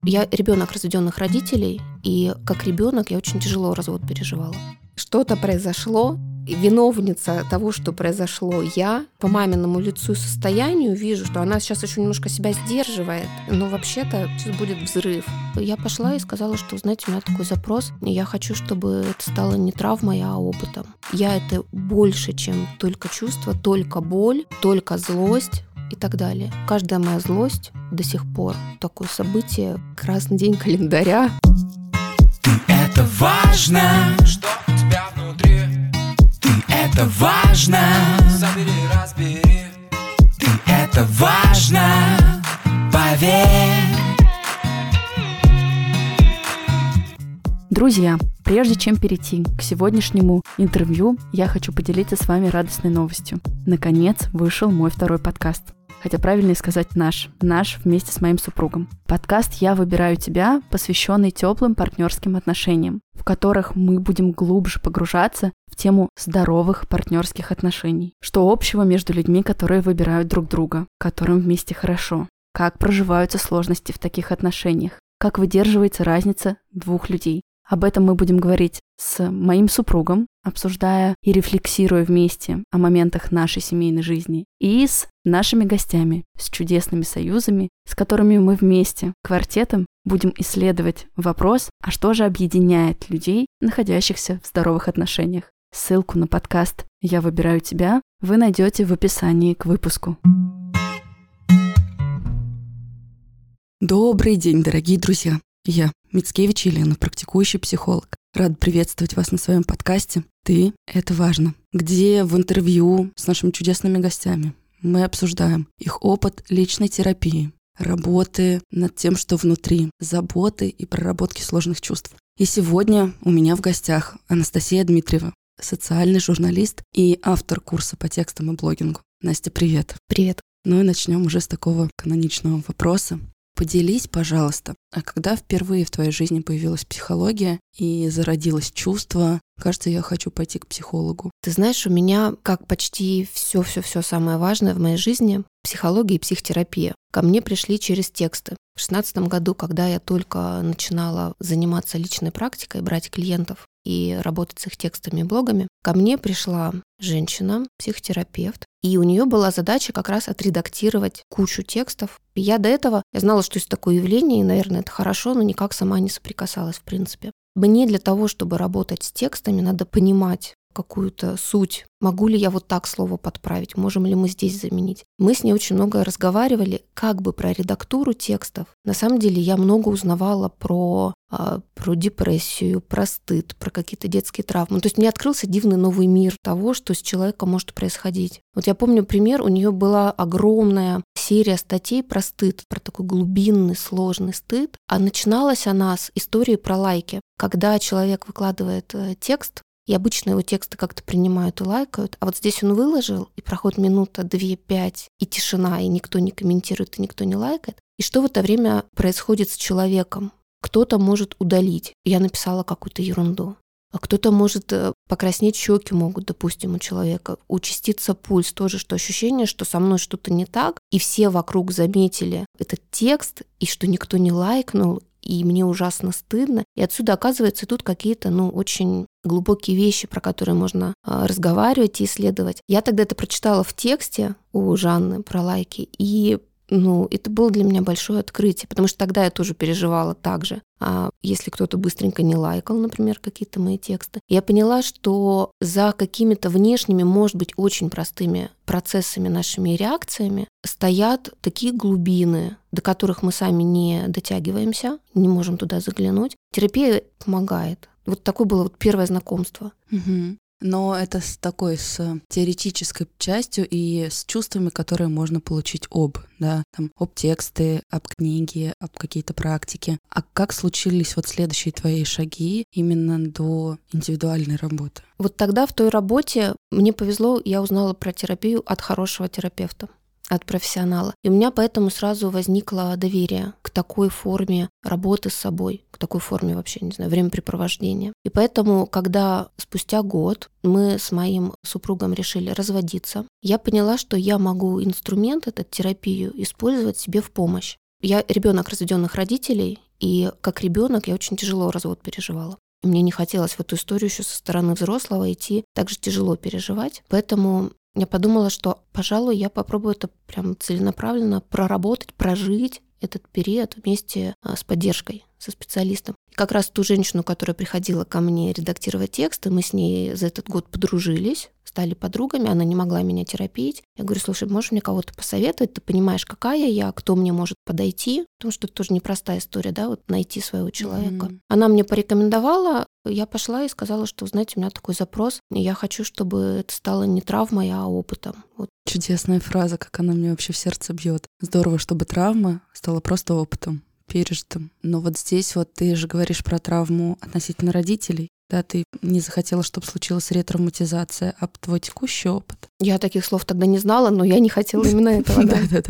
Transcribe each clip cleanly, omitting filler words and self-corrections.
Я ребенок разведенных родителей, и как ребенок я очень тяжело развод переживала. Что-то произошло, и виновница того, что произошло, я по маминому лицу и состоянию вижу, что она сейчас еще немножко себя сдерживает, но вообще-то сейчас будет взрыв. Я пошла и сказала, что, знаете, у меня такой запрос, и я хочу, чтобы это стало не травмой, а опытом. Я это больше, чем только чувство, только боль, только злость и так далее. Каждая моя злость до сих пор такое событие, красный день календаря. Ты это важно, что у тебя внутри. Ты это важно, забери, разбери. Ты это важно, поверь. Друзья, прежде чем перейти к сегодняшнему интервью, я хочу поделиться с вами радостной новостью. Наконец вышел мой второй подкаст. Хотя правильнее сказать наш вместе с моим супругом. Подкаст «Я выбираю тебя», посвященный теплым партнерским отношениям, в которых мы будем глубже погружаться в тему здоровых партнерских отношений. Что общего между людьми, которые выбирают друг друга, которым вместе хорошо, как проживаются сложности в таких отношениях, как выдерживается разница двух людей. Об этом мы будем говорить с моим супругом, обсуждая и рефлексируя вместе о моментах нашей семейной жизни, и с нашими гостями, с чудесными союзами, с которыми мы вместе, квартетом, будем исследовать вопрос, а что же объединяет людей, находящихся в здоровых отношениях. Ссылку на подкаст «Я выбираю тебя» вы найдете в описании к выпуску. Добрый день, дорогие друзья! Я, Мицкевич Елена, практикующий психолог. Рад приветствовать вас на своем подкасте «Ты – это важно», где в интервью с нашими чудесными гостями мы обсуждаем их опыт личной терапии, работы над тем, что внутри, заботы и проработки сложных чувств. И сегодня у меня в гостях Анастасия Дмитриева, социальный журналист и автор курса по текстам и блогингу. Настя, привет. Привет. Ну и начнем уже с такого каноничного вопроса. Поделись, пожалуйста, а когда впервые в твоей жизни появилась психология и зародилось чувство, кажется, я хочу пойти к психологу? Ты знаешь, у меня, как почти все самое важное в моей жизни, психология и психотерапия, ко мне пришли через тексты. В 2016 году, когда я только начинала заниматься личной практикой, брать клиентов и работать с их текстами и блогами, ко мне пришла женщина, психотерапевт, и у нее была задача как раз отредактировать кучу текстов. И я до этого, я знала, что есть такое явление, и, наверное, это хорошо, но никак сама не соприкасалась в принципе. Мне для того, чтобы работать с текстами, надо понимать какую-то суть. Могу ли я вот так слово подправить? Можем ли мы здесь заменить? Мы с ней очень много разговаривали как бы про редактуру текстов. На самом деле я много узнавала про депрессию, про стыд, про какие-то детские травмы. То есть мне открылся дивный новый мир того, что с человеком может происходить. Вот я помню пример, у нее была огромная серия статей про стыд, про такой глубинный, сложный стыд. А начиналась она с истории про лайки. Когда человек выкладывает текст, и обычно его тексты как-то принимают и лайкают. А вот здесь он выложил, и проходит минута, 2, 5, и тишина, и никто не комментирует, и никто не лайкает. И что в это время происходит с человеком? Кто-то может удалить. Я написала какую-то ерунду. А кто-то может покраснеть, щеки могут, допустим, у человека. Участиться пульс тоже, что ощущение, что со мной что-то не так, и все вокруг заметили этот текст, и что никто не лайкнул, и мне ужасно стыдно. И отсюда, оказывается, тут какие-то, очень глубокие вещи, про которые можно разговаривать и исследовать. Я тогда это прочитала в тексте у Жанны про лайки, и это было для меня большое открытие, потому что тогда я тоже переживала так же. А если кто-то быстренько не лайкал, например, какие-то мои тексты, я поняла, что за какими-то внешними, может быть, очень простыми процессами, нашими реакциями стоят такие глубины, до которых мы сами не дотягиваемся, не можем туда заглянуть. Терапия помогает. Вот такое было первое знакомство. Угу. Но это с теоретической частью и с чувствами, которые можно получить об тексты, об книги, об какие-то практики. А как случились следующие твои шаги именно до индивидуальной работы? Вот тогда в той работе мне повезло, я узнала про терапию от хорошего терапевта, от профессионала. И у меня поэтому сразу возникло доверие к такой форме работы с собой, к такой форме вообще, времяпрепровождения. И поэтому, когда спустя год мы с моим супругом решили разводиться, я поняла, что я могу инструмент, эту терапию, использовать себе в помощь. Я ребенок разведенных родителей, И как ребенок я очень тяжело развод переживала. Мне не хотелось в эту историю еще со стороны взрослого идти, так же тяжело переживать. Поэтому я подумала, что, пожалуй, я попробую это прям целенаправленно проработать, прожить этот период вместе с поддержкой, со специалистом. И как раз ту женщину, которая приходила ко мне редактировать тексты, мы с ней за этот год подружились, стали подругами, она не могла меня терапить. Я говорю, слушай, можешь мне кого-то посоветовать? Ты понимаешь, какая я, кто мне может подойти? Потому что это тоже непростая история, да, вот найти своего человека. Она мне порекомендовала, я пошла и сказала, что, знаете, у меня такой запрос, и я хочу, чтобы это стало не травмой, а опытом. Вот. Чудесная фраза, как она мне вообще в сердце бьет. Здорово, чтобы травма стала просто опытом, пережитым. Но вот здесь вот ты же говоришь про травму относительно родителей. Да, ты не захотела, чтобы случилась ретравматизация, а твой текущий опыт. Я таких слов тогда не знала, но я не хотела именно этого.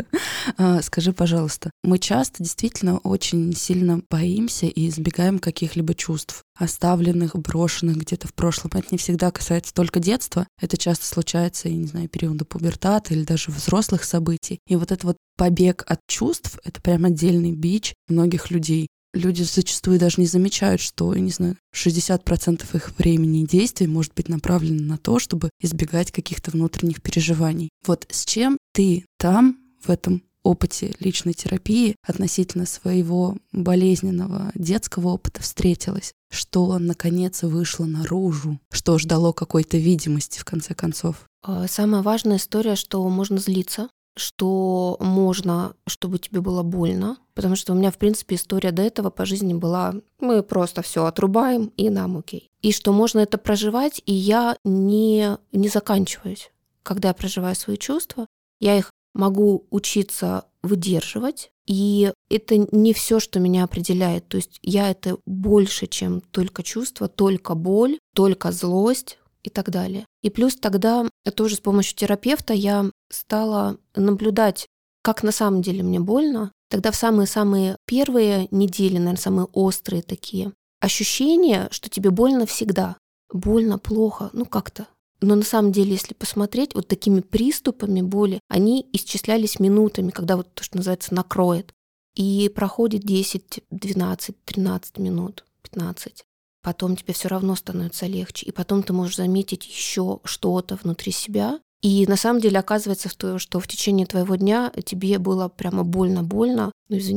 Да. Скажи, пожалуйста, мы часто действительно очень сильно боимся и избегаем каких-либо чувств, оставленных, брошенных где-то в прошлом. Это не всегда касается только детства. Это часто случается, я не знаю, периода пубертата или даже взрослых событий. И вот этот вот побег от чувств — это прям отдельный бич многих людей. Люди зачастую даже не замечают, что, я не знаю, 60% их времени и действий может быть направлено на то, чтобы избегать каких-то внутренних переживаний. Вот с чем ты там, в этом опыте личной терапии, относительно своего болезненного детского опыта встретилась? Что, наконец, вышло наружу? Что ждало какой-то видимости, в конце концов? Самая важная история, что можно злиться, что можно, чтобы тебе было больно, потому что у меня, в принципе, история до этого по жизни была, мы просто все отрубаем, и нам окей. И что можно это проживать, и я не заканчиваюсь. Когда я проживаю свои чувства, я их могу учиться выдерживать, и это не все, что меня определяет. То есть я это больше, чем только чувство, только боль, только злость и так далее. И плюс тогда тоже с помощью терапевта я стала наблюдать, как на самом деле мне больно. Тогда в самые-самые первые недели, наверное, самые острые такие ощущения, что тебе больно всегда. Больно, плохо, как-то. Но на самом деле, если посмотреть, вот такими приступами боли, они исчислялись минутами, когда вот то, что называется, накроет. И проходит 10, 12, 13 минут, 15. Потом тебе все равно становится легче, и потом ты можешь заметить еще что-то внутри себя. И на самом деле оказывается, что в течение твоего дня тебе было прямо больно,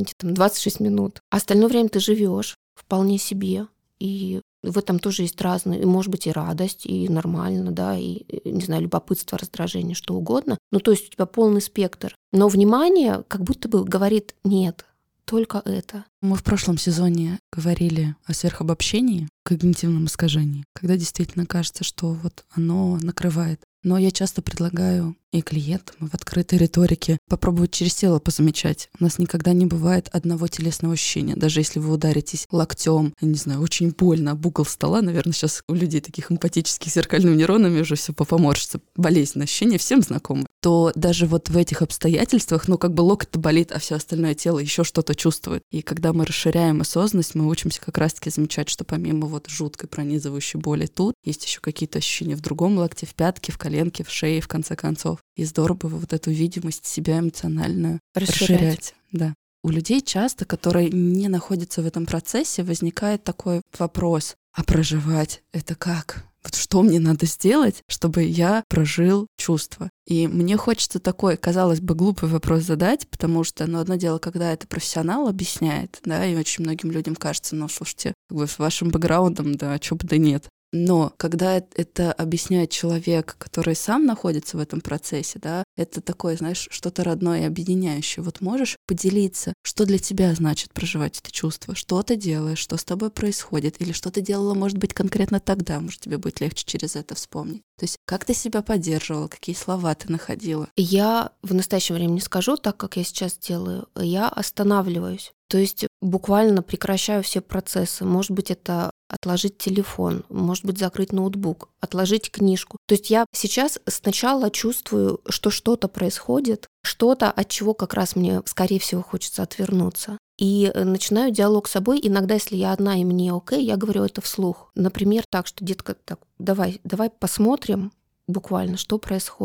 26 минут. А остальное время ты живешь вполне себе. И в этом тоже есть разные, и может быть и радость, и нормально, да, и, не знаю, любопытство, раздражение, что угодно. То есть у тебя полный спектр. Но внимание как будто бы говорит «нет». Только это. Мы в прошлом сезоне говорили о сверхобобщении, когнитивном искажении, когда действительно кажется, что вот оно накрывает. Но я часто предлагаю и клиентам, и в открытой риторике попробовать через тело позамечать. У нас никогда не бывает одного телесного ощущения. Даже если вы ударитесь локтем, я не знаю, очень больно об угол стола, наверное, сейчас у людей таких эмпатических зеркальными нейронами уже все поморщится. Болезненное ощущение всем знакомо. То даже вот в этих обстоятельствах, локоть-то болит, а все остальное тело еще что-то чувствует. И когда мы расширяем осознанность, мы учимся как раз-таки замечать, что помимо вот жуткой пронизывающей боли тут, есть еще какие-то ощущения в другом локте, в пятке, в коленке, в шее, в конце концов. И здорово бы вот эту видимость себя эмоционально расширять. Да. У людей часто, которые не находятся в этом процессе, возникает такой вопрос: а проживать это как? Вот что мне надо сделать, чтобы я прожил чувство? И мне хочется такой, казалось бы, глупый вопрос задать, потому что, одно дело, когда это профессионал объясняет, да, и очень многим людям кажется, слушайте, с вашим бэкграундом, да, чё бы да нет. Но когда это объясняет человек, который сам находится в этом процессе, да, это такое, знаешь, что-то родное и объединяющее. Вот можешь поделиться, что для тебя значит проживать это чувство? Что ты делаешь? Что с тобой происходит? Или что ты делала, может быть, конкретно тогда? Может, тебе будет легче через это вспомнить. То есть как ты себя поддерживала? Какие слова ты находила? Я в настоящее время не скажу так, как я сейчас делаю. Я останавливаюсь. То есть буквально прекращаю все процессы. Может быть, это отложить телефон, может быть, закрыть ноутбук, отложить книжку. То есть я сейчас сначала чувствую, что что-то происходит, что-то, от чего как раз мне, скорее всего, хочется отвернуться. И начинаю диалог с собой. Иногда, если я одна и мне окей, я говорю это вслух. Например, так, что детка, так, давай посмотрим буквально, что происходит.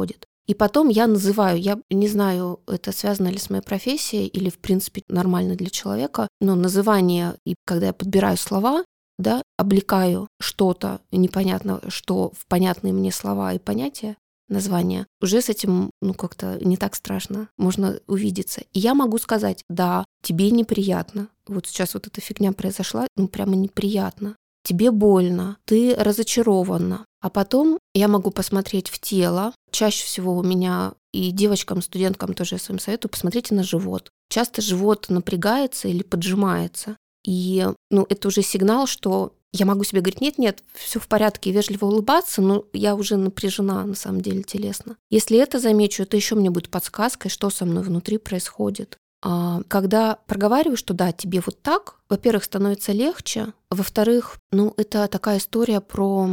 И потом я называю, я не знаю, это связано ли с моей профессией или, в принципе, нормально для человека, но называние, и когда я подбираю слова, да, облекаю что-то непонятно, что в понятные мне слова и понятия, названия, уже с этим, как-то не так страшно, можно увидеться. И я могу сказать, да, тебе неприятно, вот сейчас вот эта фигня произошла, прямо неприятно, тебе больно, ты разочарована. А потом я могу посмотреть в тело. Чаще всего у меня и девочкам, студенткам тоже я своим советую, посмотрите на живот. Часто живот напрягается или поджимается. И это уже сигнал, что я могу себе говорить, нет, все в порядке, вежливо улыбаться, но я уже напряжена на самом деле телесно. Если это замечу, это еще мне будет подсказкой, что со мной внутри происходит. А когда проговариваю, что да, тебе вот так, во-первых, становится легче, во-вторых, это такая история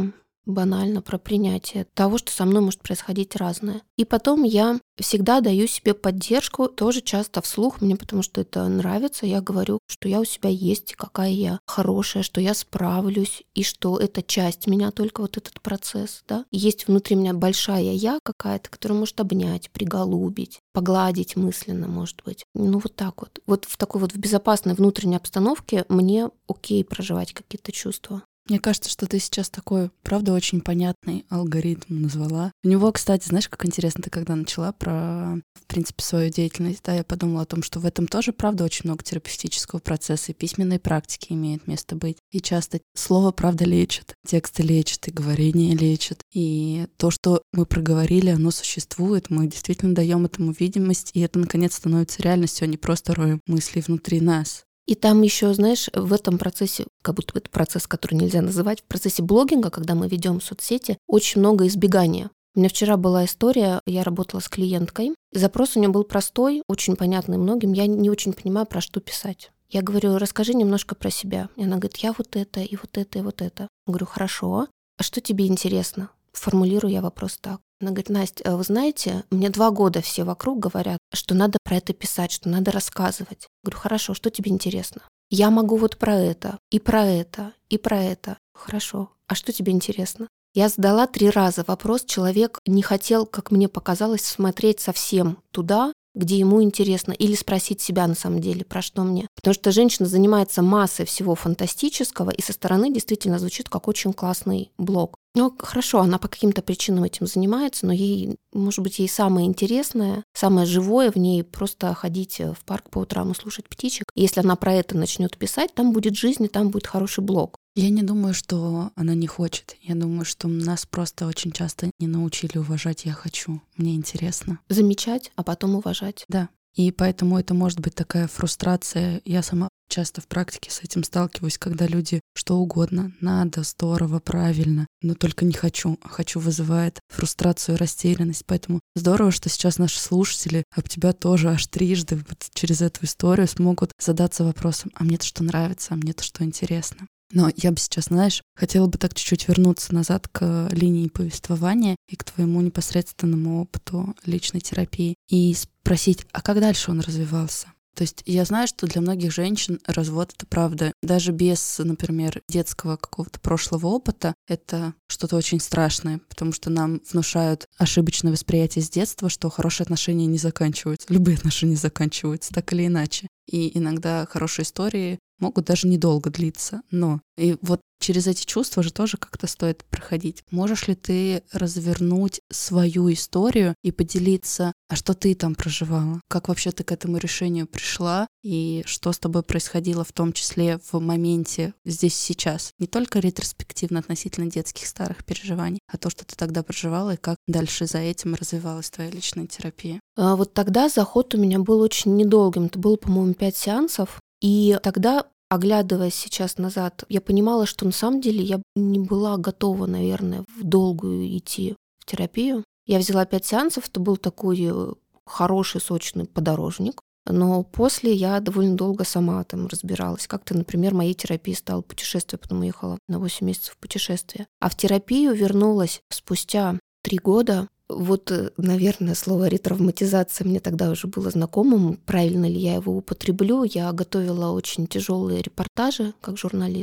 банально про принятие того, что со мной может происходить разное. И потом я всегда даю себе поддержку, тоже часто вслух, мне потому что это нравится, я говорю, что я у себя есть, какая я хорошая, что я справлюсь, и что это часть меня, только вот этот процесс, да. И есть внутри меня большая я какая-то, которая может обнять, приголубить, погладить мысленно, может быть. Вот так вот. Вот в такой вот в безопасной внутренней обстановке мне окей проживать какие-то чувства. Мне кажется, что ты сейчас такой, правда, очень понятный алгоритм назвала. У него, кстати, знаешь, как интересно, ты когда начала про, в принципе, свою деятельность, да, я подумала о том, что в этом тоже, правда, очень много терапевтического процесса и письменной практики имеет место быть. И часто слово, правда, лечит, тексты лечат, и говорение лечит. И то, что мы проговорили, оно существует, мы действительно даем этому видимость, и это, наконец, становится реальностью, а не просто роем мыслей внутри нас. И там еще, знаешь, в этом процессе, как будто это процесс, который нельзя называть, в процессе блогинга, когда мы ведем соцсети, очень много избегания. У меня вчера была история, я работала с клиенткой, запрос у нее был простой, очень понятный многим, я не очень понимаю, про что писать. Я говорю, расскажи немножко про себя. И она говорит, я вот это, и вот это, и вот это. Я говорю, хорошо, а что тебе интересно? Формулирую я вопрос так. Она говорит, Настя, вы знаете, мне 2 года все вокруг говорят, что надо про это писать, что надо рассказывать. Я говорю, хорошо, что тебе интересно? Я могу вот про это, и про это, и про это. Хорошо, а что тебе интересно? Я задала 3 раза вопрос, человек не хотел, как мне показалось, смотреть совсем туда, где ему интересно, или спросить себя на самом деле, про что мне. Потому что женщина занимается массой всего фантастического, и со стороны действительно звучит как очень классный блог. Хорошо, она по каким-то причинам этим занимается, но ей, может быть, ей самое интересное, самое живое в ней просто ходить в парк по утрам и слушать птичек. И если она про это начнет писать, там будет жизнь, и там будет хороший блог. Я не думаю, что она не хочет. Я думаю, что нас просто очень часто не научили уважать «я хочу», «мне интересно». Замечать, а потом уважать. Да. И поэтому это может быть такая фрустрация. Я сама часто в практике с этим сталкиваюсь, когда люди что угодно, надо, здорово, правильно, но только не хочу. А хочу вызывает фрустрацию, растерянность. Поэтому здорово, что сейчас наши слушатели об тебя тоже аж трижды вот через эту историю смогут задаться вопросом, а мне-то что нравится, а мне-то что интересно. Но я бы сейчас, знаешь, хотела бы так чуть-чуть вернуться назад к линии повествования и к твоему непосредственному опыту личной терапии и спросить, а как дальше он развивался? То есть я знаю, что для многих женщин развод — это правда. Даже без, например, детского какого-то прошлого опыта это что-то очень страшное, потому что нам внушают ошибочное восприятие с детства, что хорошие отношения не заканчиваются. Любые отношения заканчиваются так или иначе. И иногда хорошие истории могут даже недолго длиться. Но и вот через эти чувства же тоже как-то стоит проходить. Можешь ли ты развернуть свою историю и поделиться, а что ты там проживала? Как вообще ты к этому решению пришла? И что с тобой происходило в том числе в моменте здесь сейчас? Не только ретроспективно относительно детских старых переживаний, а то, что ты тогда проживала, и как дальше за этим развивалась твоя личная терапия. Вот тогда заход у меня был очень недолгим. Это было, по-моему, 5 сеансов. И тогда, оглядываясь сейчас назад, я понимала, что на самом деле я не была готова, наверное, в долгую идти в терапию. Я взяла 5 сеансов, это был такой хороший, сочный подорожник. Но после я довольно долго сама там разбиралась. Как-то, например, моей терапией стало путешествие, потом уехала на 8 месяцев в путешествие. А в терапию вернулась спустя 3 года. Вот, наверное, слово ретравматизация мне тогда уже было знакомым. Правильно ли я его употреблю? Я готовила очень тяжелые репортажи как журналист.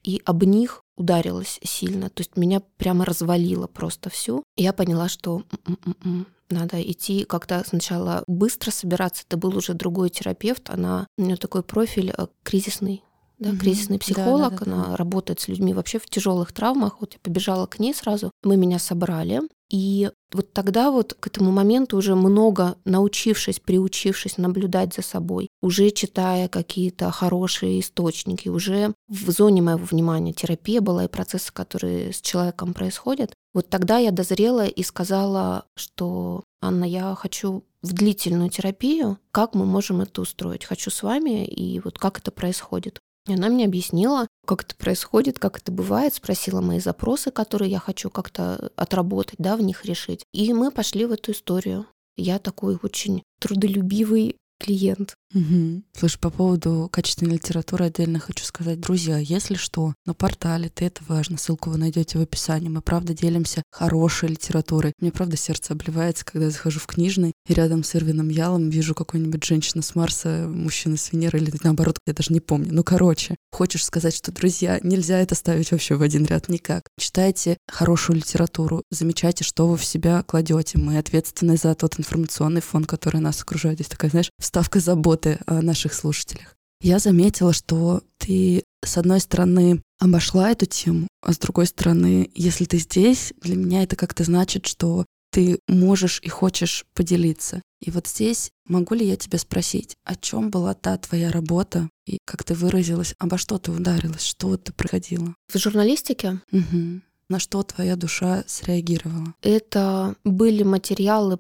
и об них ударилась сильно. То есть меня прямо развалило просто всю. И я поняла, что надо идти как-то сначала быстро собираться. Это был уже другой терапевт. У нее такой профиль кризисный. Да, кризисный психолог, она работает с людьми вообще в тяжелых травмах. Вот я побежала к ней сразу, мы меня собрали. И вот тогда вот к этому моменту уже много научившись, приучившись наблюдать за собой, уже читая какие-то хорошие источники, уже в зоне моего внимания терапия была и процессы, которые с человеком происходят. Вот тогда я дозрела и сказала, что Анна, я хочу в длительную терапию, как мы можем это устроить? Хочу с вами, и вот как это происходит. И она мне объяснила, как это происходит, как это бывает, спросила мои запросы, которые я хочу как-то отработать, да, в них решить. И мы пошли в эту историю. Я такой очень трудолюбивый клиент. Слушай, по поводу качественной литературы отдельно хочу сказать, друзья, если что, на портале «Ты это важно», ссылку вы найдете в описании, мы правда делимся хорошей литературой. Мне правда сердце обливается, когда я захожу в книжный, и рядом с Ирвином Ялом вижу какую-нибудь женщину с Марса, мужчину с Венеры, или наоборот, я даже не помню. Ну, короче, хочешь сказать, что, друзья, нельзя это ставить вообще в один ряд никак. Читайте хорошую литературу, замечайте, что вы в себя кладете. Мы ответственны за тот информационный фон, который нас окружает. Здесь такая, знаешь, вставка заботы о наших слушателях. Я заметила, что ты, с одной стороны, обошла эту тему, а с другой стороны, если ты здесь, для меня это как-то значит, что ты можешь и хочешь поделиться. И вот здесь могу ли я тебя спросить, о чем была та твоя работа, и как ты выразилась, обо что ты ударилась, что ты проходила? В журналистике? На что твоя душа среагировала? Это были материалы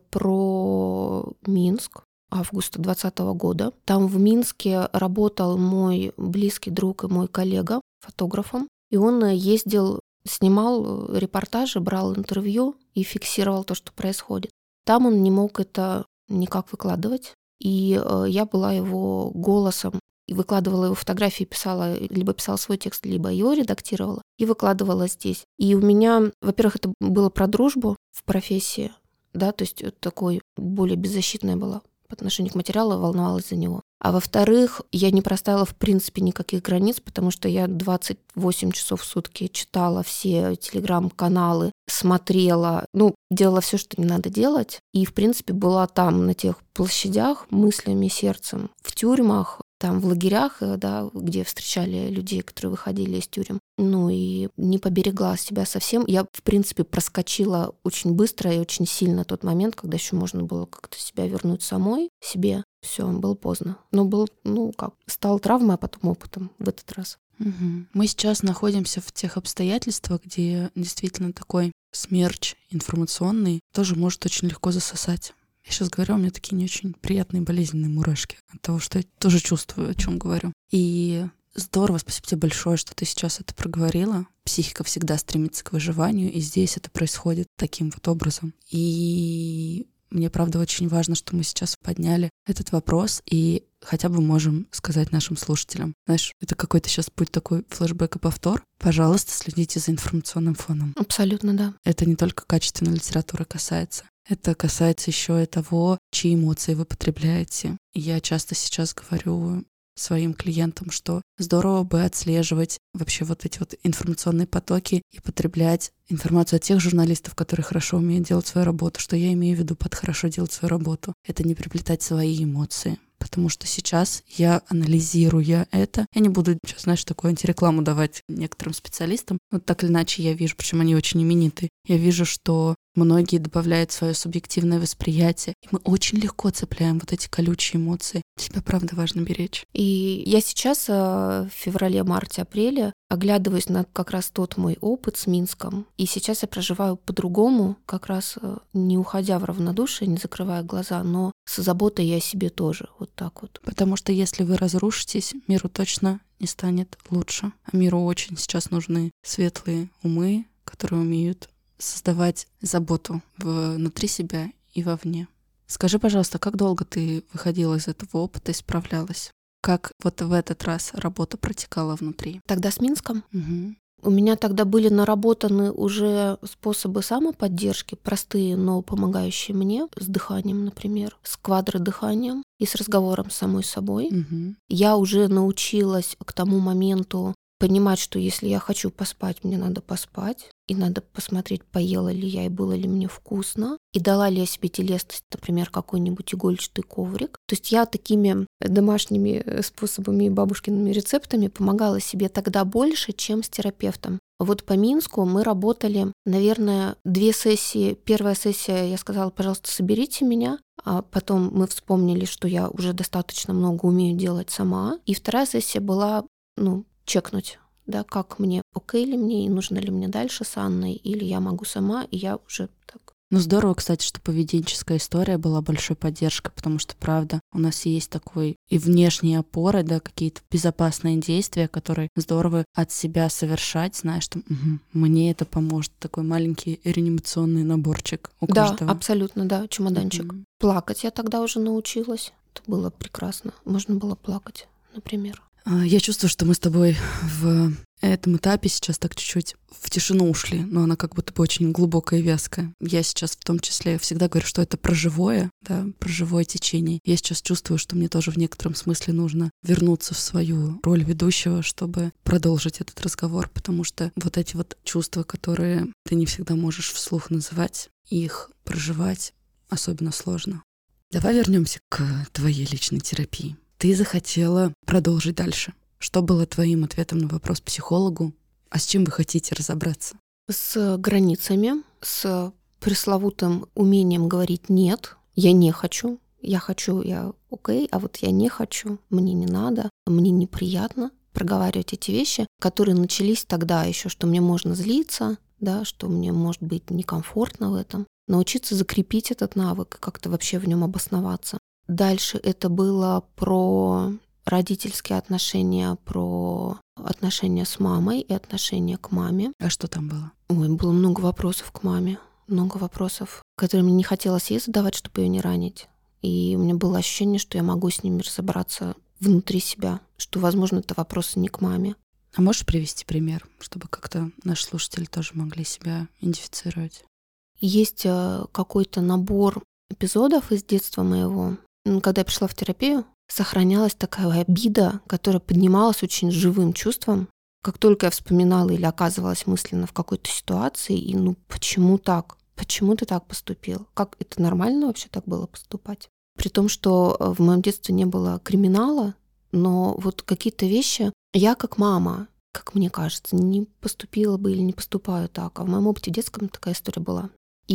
про Минск августа 2020 года. Там в Минске работал мой близкий друг и мой коллега фотографом, и он ездил, снимал репортажи, брал интервью и фиксировал то, что происходит. Там он не мог это никак выкладывать, и я была его голосом, и выкладывала его фотографии, писала, либо писала свой текст, либо его редактировала, и выкладывала здесь. И у меня, во-первых, это было про дружбу в профессии, да, то есть такой более беззащитная была по отношению к материалу, волновалась за него. А во-вторых, я не проставила в принципе никаких границ, потому что я 28 часов в сутки читала все телеграм-каналы, смотрела, делала все, что не надо делать. И, в принципе, была там на тех площадях мыслями, сердцем, в тюрьмах, там в лагерях, да, где встречали людей, которые выходили из тюрем. И не поберегла себя совсем. Я, в принципе, проскочила очень быстро и очень сильно тот момент, когда еще можно было как-то себя вернуть самой себе. Все, было поздно. Но был, стал травмой, а потом опытом в этот раз. Мы сейчас находимся в тех обстоятельствах, где действительно такой смерч информационный тоже может очень легко засосать. Я сейчас говорю, у меня такие не очень приятные болезненные мурашки от того, что я тоже чувствую, о чем говорю. И здорово, спасибо тебе большое, что ты сейчас это проговорила. Психика всегда стремится к выживанию, и здесь это происходит таким вот образом. И мне, правда, очень важно, что мы сейчас подняли этот вопрос и хотя бы можем сказать нашим слушателям. Знаешь, это какой-то сейчас будет такой флешбэк и повтор. Пожалуйста, следите за информационным фоном. Абсолютно, да. Это не только качественной литературы касается. Это касается еще и того, чьи эмоции вы потребляете. Я часто сейчас говорю своим клиентам, что здорово бы отслеживать вообще вот эти вот информационные потоки и потреблять информацию от тех журналистов, которые хорошо умеют делать свою работу. Что я имею в виду под хорошо делать свою работу? Это не приплетать свои эмоции. Потому что сейчас я, анализируя это, я не буду сейчас, знаешь, такую антирекламу давать некоторым специалистам. Вот так или иначе я вижу, причем они очень именитые. Я вижу, что многие добавляют свое субъективное восприятие. И мы очень легко цепляем вот эти колючие эмоции. Тебя, правда, важно беречь. И я сейчас в феврале, марте, апреле оглядываюсь на как раз тот мой опыт с Минском. И сейчас я проживаю по-другому, как раз не уходя в равнодушие, не закрывая глаза, но с заботой и о себе тоже. Вот так вот. Потому что если вы разрушитесь, миру точно не станет лучше. А миру очень сейчас нужны светлые умы, которые умеют создавать заботу внутри себя и вовне. Скажи, пожалуйста, как долго ты выходила из этого опыта и справлялась? Как вот в этот раз работа протекала внутри? Тогда с Минском? Угу. У меня тогда были наработаны уже способы самоподдержки, простые, но помогающие мне, с дыханием, например, с квадродыханием и с разговором с самой собой. Угу. Я уже научилась к тому моменту понимать, что если я хочу поспать, мне надо поспать, и надо посмотреть, поела ли я и было ли мне вкусно, и дала ли я себе телесность, например, какой-нибудь игольчатый коврик. То есть я такими домашними способами и бабушкиными рецептами помогала себе тогда больше, чем с терапевтом. Вот по Минску мы работали, наверное, 2 сессии. Первая сессия, я сказала, пожалуйста, соберите меня, а потом мы вспомнили, что я уже достаточно много умею делать сама. И вторая сессия была, чекнуть, да, как мне, окей ли мне, и нужно ли мне дальше с Анной, или я могу сама, и я уже так. Здорово, кстати, что поведенческая история была большой поддержкой, потому что, правда, у нас есть такой и внешние опоры, да, какие-то безопасные действия, которые здорово от себя совершать, знаешь, что мне это поможет. Такой маленький реанимационный наборчик у каждого. Да, абсолютно, да, чемоданчик. Плакать я тогда уже научилась. Это было прекрасно. Можно было плакать, например. Я чувствую, что мы с тобой в этом этапе сейчас так чуть-чуть в тишину ушли, но она как будто бы очень глубокая и вязкая. Я сейчас в том числе всегда говорю, что это про живое, да, про живое течение. Я сейчас чувствую, что мне тоже в некотором смысле нужно вернуться в свою роль ведущего, чтобы продолжить этот разговор, потому что вот эти вот чувства, которые ты не всегда можешь вслух называть, их проживать особенно сложно. Давай вернемся к твоей личной терапии. Ты захотела продолжить дальше. Что было твоим ответом на вопрос психологу? А с чем вы хотите разобраться? С границами, с пресловутым умением говорить «нет», «я не хочу», «я хочу», «я окей», а вот «я не хочу», «мне не надо», «мне неприятно» проговаривать эти вещи, которые начались тогда еще, что мне можно злиться, да, что мне может быть некомфортно в этом. Научиться закрепить этот навык и как-то вообще в нем обосноваться. Дальше это было про родительские отношения, про отношения с мамой и отношения к маме. А что там было? Было много вопросов к маме, много вопросов, которые мне не хотелось ей задавать, чтобы ее не ранить. И у меня было ощущение, что я могу с ними разобраться внутри себя, что, возможно, это вопросы не к маме. А можешь привести пример, чтобы как-то наши слушатели тоже могли себя идентифицировать? Есть какой-то набор эпизодов из детства моего. Когда я пришла в терапию, сохранялась такая обида, которая поднималась очень живым чувством. Как только я вспоминала или оказывалась мысленно в какой-то ситуации, и почему так? Почему ты так поступил? Как это нормально вообще так было поступать? При том, что в моем детстве не было криминала, но вот какие-то вещи я как мама, как мне кажется, не поступила бы или не поступаю так. А в моем опыте детском такая история была.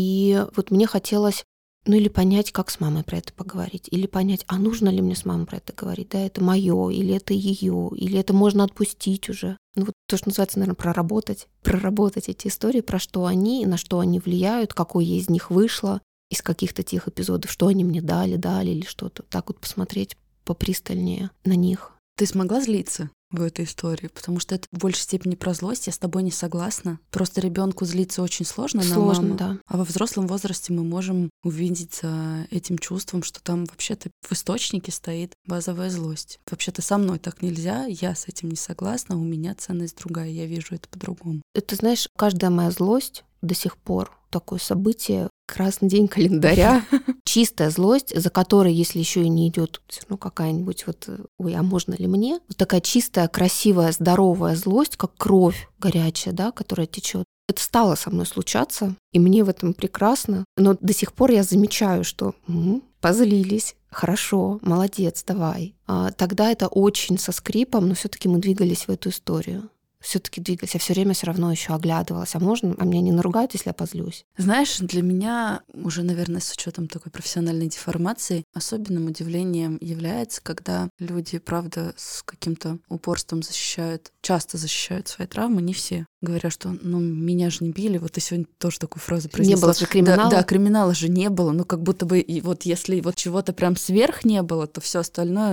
И вот мне хотелось или понять, как с мамой про это поговорить, или понять, а нужно ли мне с мамой про это говорить, да, это мое, или это ее, или это можно отпустить уже. Вот то, что называется, наверное, проработать эти истории, про что они, на что они влияют, какое я из них вышла, из каких-то тех эпизодов, что они мне дали или что-то. Так вот посмотреть попристальнее на них. Ты смогла злиться в этой истории? Потому что это в большей степени про злость, я с тобой не согласна. Просто ребенку злиться очень сложно на маму. Да. А во взрослом возрасте мы можем увидеть за этим чувством, что там вообще-то в источнике стоит базовая злость. Вообще-то со мной так нельзя, я с этим не согласна, у меня ценность другая, я вижу это по-другому. Это, знаешь, каждая моя злость до сих пор такое событие, красный день календаря, чистая злость, за которой, если еще и не идет какая-нибудь а можно ли мне? Вот такая чистая, красивая, здоровая злость, как кровь горячая, да, которая течет. Это стало со мной случаться, и мне в этом прекрасно. Но до сих пор я замечаю, что позлились, хорошо, молодец, давай. Тогда это очень со скрипом, но все-таки мы двигались в эту историю. Все-таки двигались, я все время все равно еще оглядывалась. А меня не наругают, если я позлюсь? Знаешь, для меня уже, наверное, с учетом такой профессиональной деформации, особенным удивлением является, когда люди, правда, с каким-то упорством часто защищают свои травмы, не все. Говоря, что меня же не били, вот ты сегодня тоже такую фразу произнесла. Не было же криминала? Да, криминала же не было, как будто бы, и вот если вот чего-то прям сверх не было, то все остальное,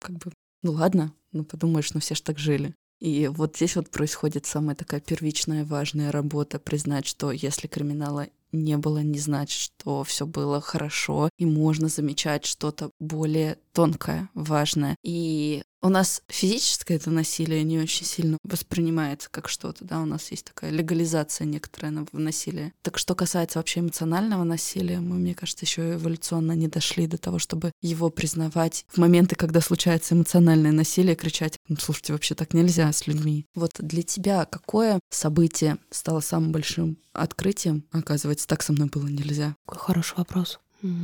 ладно, подумаешь, все ж так жили. И вот здесь вот происходит самая такая первичная важная работа, признать, что если криминала не было, не значит, что все было хорошо, и можно замечать что-то более тонкое, важное. И У нас физическое это насилие не очень сильно воспринимается как что-то, да, у нас есть такая легализация некоторая в насилии. Так что касается вообще эмоционального насилия, мы, мне кажется, еще эволюционно не дошли до того, чтобы его признавать. В моменты, когда случается эмоциональное насилие, кричать: слушайте, вообще так нельзя с людьми. Вот для тебя какое событие стало самым большим открытием? Оказывается, так со мной было нельзя. Какой хороший вопрос.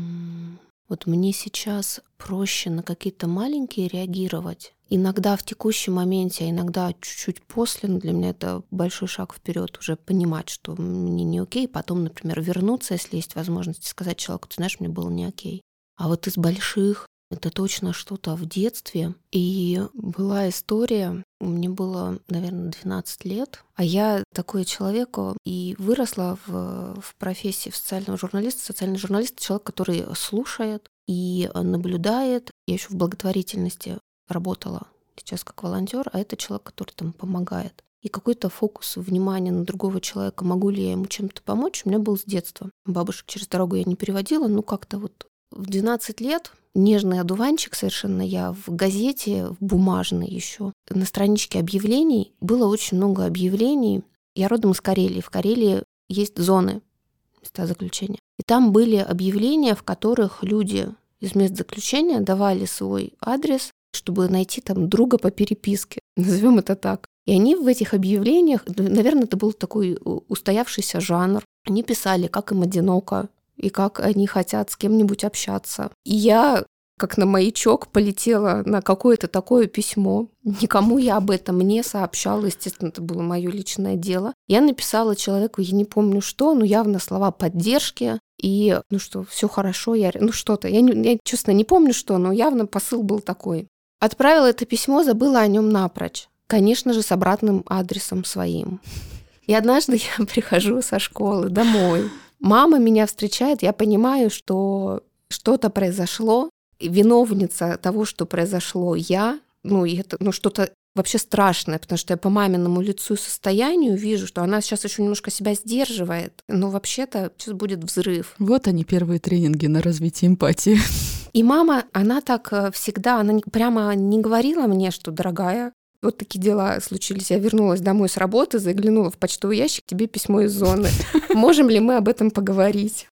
Вот мне сейчас проще на какие-то маленькие реагировать. Иногда в текущем моменте, а иногда чуть-чуть после, но для меня это большой шаг вперед, уже понимать, что мне не окей, потом, например, вернуться, если есть возможность, сказать человеку: ты знаешь, мне было не окей. А вот из больших это точно что-то в детстве. И была история, мне было, наверное, 12 лет, а я такой человек и выросла в профессии социального журналиста. Социальный журналист — человек, который слушает и наблюдает. Я еще в благотворительности работала сейчас как волонтер, а это человек, который там помогает. И какой-то фокус внимания на другого человека, могу ли я ему чем-то помочь, у меня был с детства. Бабушек через дорогу я не переводила, как-то вот в 12 лет нежный одуванчик совершенно я в газете, в бумажной еще. На страничке объявлений было очень много объявлений. Я родом из Карелии. В Карелии есть зоны, места заключения. И там были объявления, в которых люди из мест заключения давали свой адрес, чтобы найти там друга по переписке. Назовем это так. И они в этих объявлениях, наверное, это был такой устоявшийся жанр. Они писали, как им одиноко, и как они хотят с кем-нибудь общаться. И я, как на маячок, полетела на какое-то такое письмо. Никому я об этом не сообщала, естественно, это было мое личное дело. Я написала человеку, я не помню что, но явно слова поддержки, и что все хорошо, что-то. Я, честно, не помню что, но явно посыл был такой. Отправила это письмо, забыла о нем напрочь. Конечно же, с обратным адресом своим. И однажды я прихожу со школы домой. Мама меня встречает, я понимаю, что что-то произошло. Виновница того, что произошло, я. И это что-то вообще страшное, потому что я по маминому лицу и состоянию вижу, что она сейчас еще немножко себя сдерживает. Но вообще-то сейчас будет взрыв. Вот они, первые тренинги на развитие эмпатии. И мама, она так всегда, она прямо не говорила мне, что: дорогая, вот такие дела случились. Я вернулась домой с работы, заглянула в почтовый ящик, тебе письмо из зоны. Можем ли мы об этом поговорить?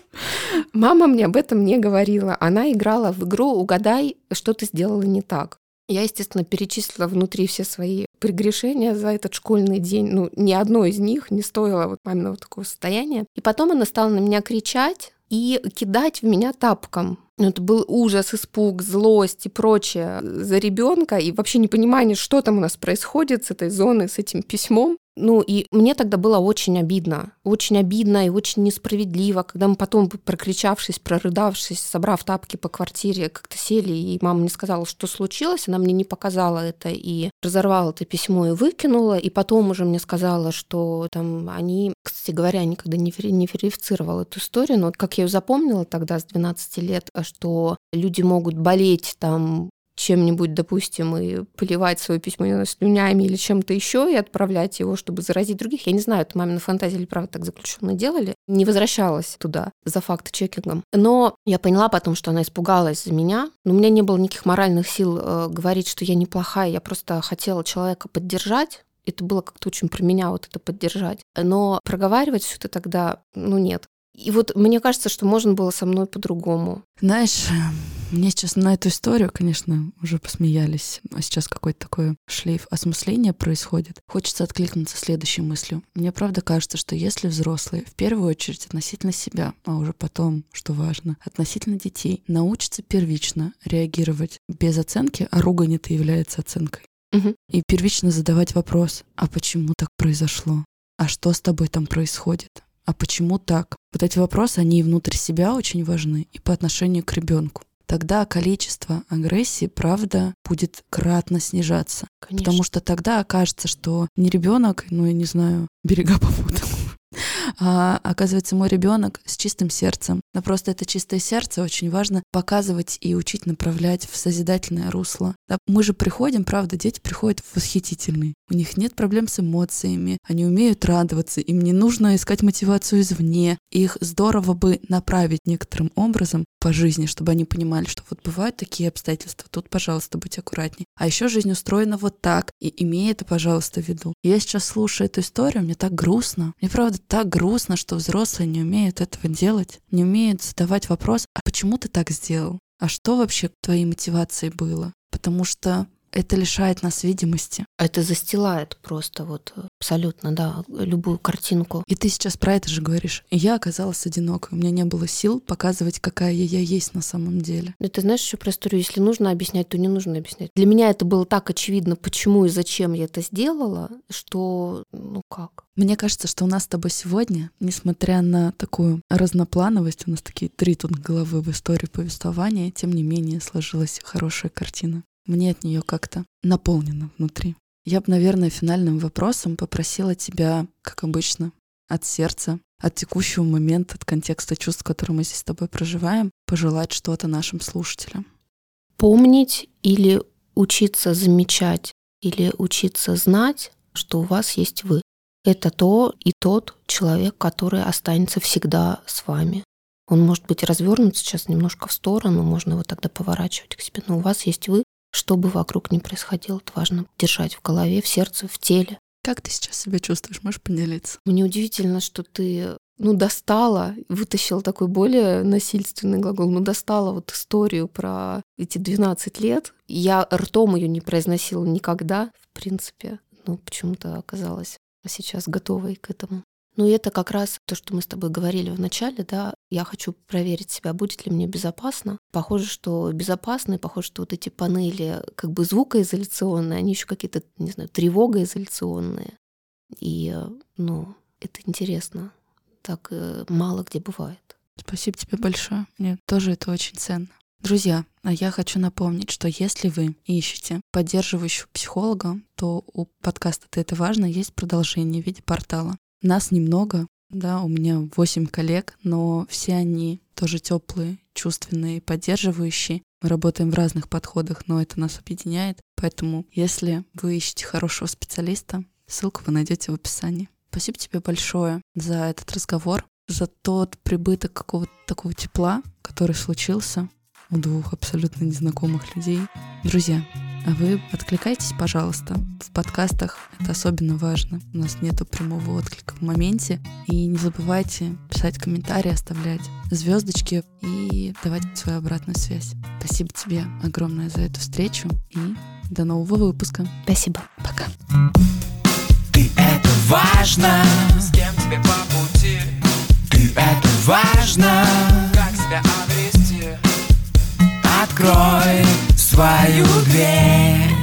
Мама мне об этом не говорила. Она играла в игру «Угадай, что ты сделала не так». Я, естественно, перечислила внутри все свои прегрешения за этот школьный день. Ни одно из них не стоило вот маминого такого состояния. И потом она стала на меня кричать и кидать в меня тапком. Это был ужас, испуг, злость и прочее за ребенка, и вообще непонимание, что там у нас происходит с этой зоной, с этим письмом. И мне тогда было очень обидно и очень несправедливо, когда мы потом, прокричавшись, прорыдавшись, собрав тапки по квартире, как-то сели, и мама мне сказала, что случилось, она мне не показала это и разорвала это письмо и выкинула, и потом уже мне сказала, что там они, кстати говоря, никогда не верифицировала эту историю, но как я ее запомнила тогда с 12 лет, что люди могут болеть там чем-нибудь, допустим, и поливать свое письмо слюнями или чем-то еще и отправлять его, чтобы заразить других. Я не знаю, это мамина фантазия или правда так заключенные делали. Не возвращалась туда за факт-чекингом. Но я поняла потом, что она испугалась за меня. Но у меня не было никаких моральных сил говорить, что я неплохая. Я просто хотела человека поддержать. Это было как-то очень про меня вот это поддержать. Но проговаривать все это тогда, нет. И вот мне кажется, что можно было со мной по-другому. Знаешь, мне сейчас на эту историю, конечно, уже посмеялись, а сейчас какой-то такой шлейф осмысления происходит. Хочется откликнуться следующей мыслью. Мне правда кажется, что если взрослые, в первую очередь относительно себя, а уже потом, что важно, относительно детей, научатся первично реагировать без оценки, а ругань это является оценкой. И первично задавать вопрос: а почему так произошло? А что с тобой там происходит? А почему так? Вот эти вопросы, они и внутрь себя очень важны, и по отношению к ребенку. Тогда количество агрессии, правда, будет кратно снижаться. Конечно. Потому что тогда окажется, что не ребенок, я не знаю, берега попутал, а оказывается мой ребенок с чистым сердцем. Но просто это чистое сердце очень важно показывать и учить направлять в созидательное русло. Да, мы же приходим, правда, дети приходят восхитительные. у них нет проблем с эмоциями, они умеют радоваться, им не нужно искать мотивацию извне. Их здорово бы направить некоторым образом по жизни, чтобы они понимали, что вот бывают такие обстоятельства, тут, пожалуйста, будь аккуратней. А еще жизнь устроена вот так, и имей это, пожалуйста, в виду. Я сейчас слушаю эту историю, мне так грустно. Мне правда так грустно, что взрослые не умеют этого делать, не умеют задавать вопрос, а почему ты так сделал? А что вообще твоей мотивацией было? Потому что это лишает нас видимости. Это застилает просто вот абсолютно, да, любую картинку. И ты сейчас про это же говоришь. Я оказалась одинокой, у меня не было сил показывать, какая я есть на самом деле. Но ты знаешь еще про историю, если нужно объяснять, то не нужно объяснять. Для меня это было так очевидно, почему и зачем я это сделала, что, как? Мне кажется, что у нас с тобой сегодня, несмотря на такую разноплановость, у нас такие 3 тут головы в истории повествования, тем не менее сложилась хорошая картина. Мне от нее как-то наполнено внутри. Я бы, наверное, финальным вопросом попросила тебя, как обычно, от сердца, от текущего момента, от контекста чувств, которые мы здесь с тобой проживаем, пожелать что-то нашим слушателям. Помнить или учиться замечать, или учиться знать, что у вас есть вы. Это то и тот человек, который останется всегда с вами. Он может быть развернут сейчас немножко в сторону, можно его тогда поворачивать к себе, но у вас есть вы. Что бы вокруг ни происходило, это важно держать в голове, в сердце, в теле. Как ты сейчас себя чувствуешь? Можешь поделиться? Мне удивительно, что ты, достала, вытащила такой более насильственный глагол, достала вот историю про эти 12 лет. Я ртом ее не произносила никогда, в принципе, почему-то оказалась сейчас готовой к этому. Это как раз то, что мы с тобой говорили в начале, да, я хочу проверить себя, будет ли мне безопасно. Похоже, что безопасно, и похоже, что вот эти панели как бы звукоизоляционные, они еще какие-то, не знаю, тревогоизоляционные. И, это интересно. Так мало где бывает. Спасибо тебе большое. Мне тоже это очень ценно. Друзья, а я хочу напомнить, что если вы ищете поддерживающего психолога, то у подкаста «Ты это важно» есть продолжение в виде портала. Нас немного, да, у меня 8 коллег, но все они тоже теплые, чувственные, поддерживающие. Мы работаем в разных подходах, но это нас объединяет. Поэтому, если вы ищете хорошего специалиста, ссылку вы найдете в описании. Спасибо тебе большое за этот разговор, за тот прибыток какого-то такого тепла, который случился у 2 абсолютно незнакомых людей. Друзья, а вы откликайтесь, пожалуйста. В подкастах это особенно важно. У нас нету прямого отклика в моменте. И не забывайте писать комментарии, оставлять звездочки и давать свою обратную связь. Спасибо тебе огромное за эту встречу и до нового выпуска. Спасибо. Пока. Ты это важно. С кем тебе по пути? Ты это важно. Как себя обрести? Открой свою дверь.